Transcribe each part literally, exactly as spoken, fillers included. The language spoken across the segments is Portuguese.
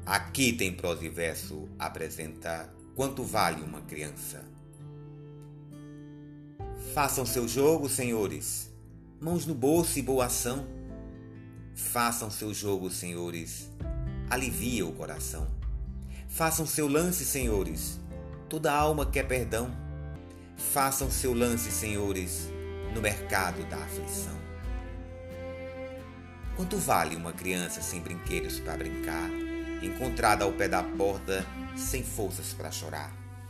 Aqui tem prosa e verso, apresenta Quanto Vale uma Criança. Façam seu jogo, senhores, mãos no bolso e boa ação. Façam seu jogo, senhores, alivia o coração. Façam seu lance, senhores, toda alma quer perdão. Façam seu lance, senhores, no mercado da aflição. Quanto vale uma criança sem brinquedos para brincar, encontrada ao pé da porta, sem forças para chorar?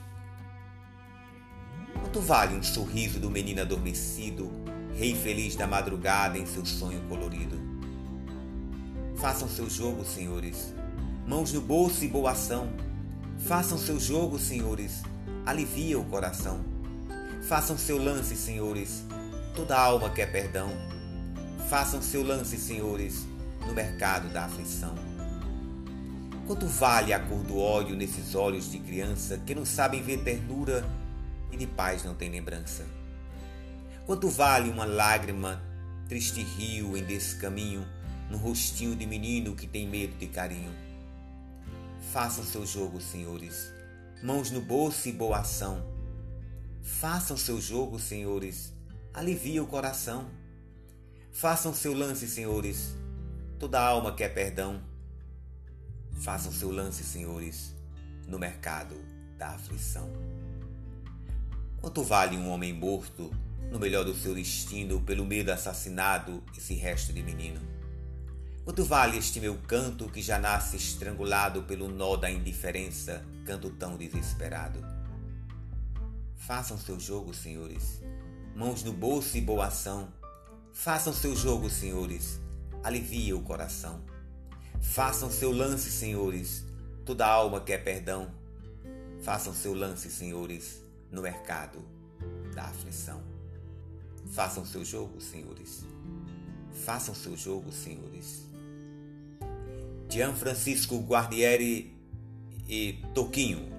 Quanto vale um sorriso do menino adormecido, rei feliz da madrugada em seu sonho colorido? Façam seu jogo, senhores, mãos no bolso e boa ação. Façam seu jogo, senhores, alivia o coração. Façam seu lance, senhores, toda alma quer perdão. Façam seu lance, senhores, no mercado da aflição. Quanto vale a cor do ódio nesses olhos de criança que não sabem ver ternura e de paz não tem lembrança? Quanto vale uma lágrima, triste rio em descaminho, no rostinho de menino que tem medo de carinho? Façam seu jogo, senhores, mãos no bolso e boa ação. Façam seu jogo, senhores, alivia o coração. Façam seu lance, senhores, toda alma quer perdão. Façam seu lance, senhores, no mercado da aflição. Quanto vale um homem morto, no melhor do seu destino, pelo medo assassinado, esse resto de menino? Quanto vale este meu canto que já nasce estrangulado pelo nó da indiferença, canto tão desesperado? Façam seu jogo, senhores, mãos no bolso e boa ação. Façam seu jogo, senhores, alivia o coração. Façam seu lance, senhores, toda alma quer perdão. Façam seu lance, senhores, no mercado da aflição. Façam seu jogo, senhores. Façam seu jogo, senhores. Gian Francisco Guarnieri e Toquinho.